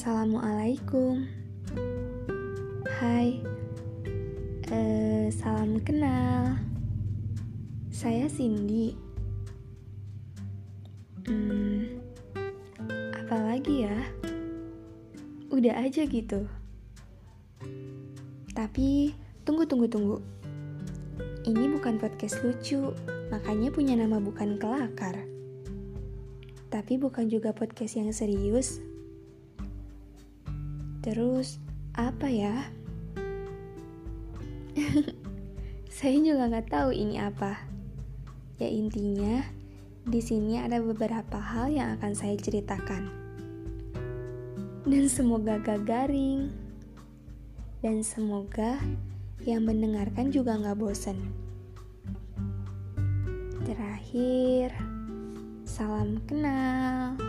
Assalamualaikum. Hai, salam kenal. Saya Cindy. Apalagi ya? Udah aja gitu. Tapi tunggu. Ini bukan podcast lucu, makanya punya nama bukan kelakar. Tapi bukan juga podcast yang serius. Terus apa ya? Saya juga nggak tahu ini apa. Ya intinya di sini ada beberapa hal yang akan saya ceritakan. Dan semoga gak garing. Dan semoga yang mendengarkan juga nggak bosan. Terakhir, salam kenal.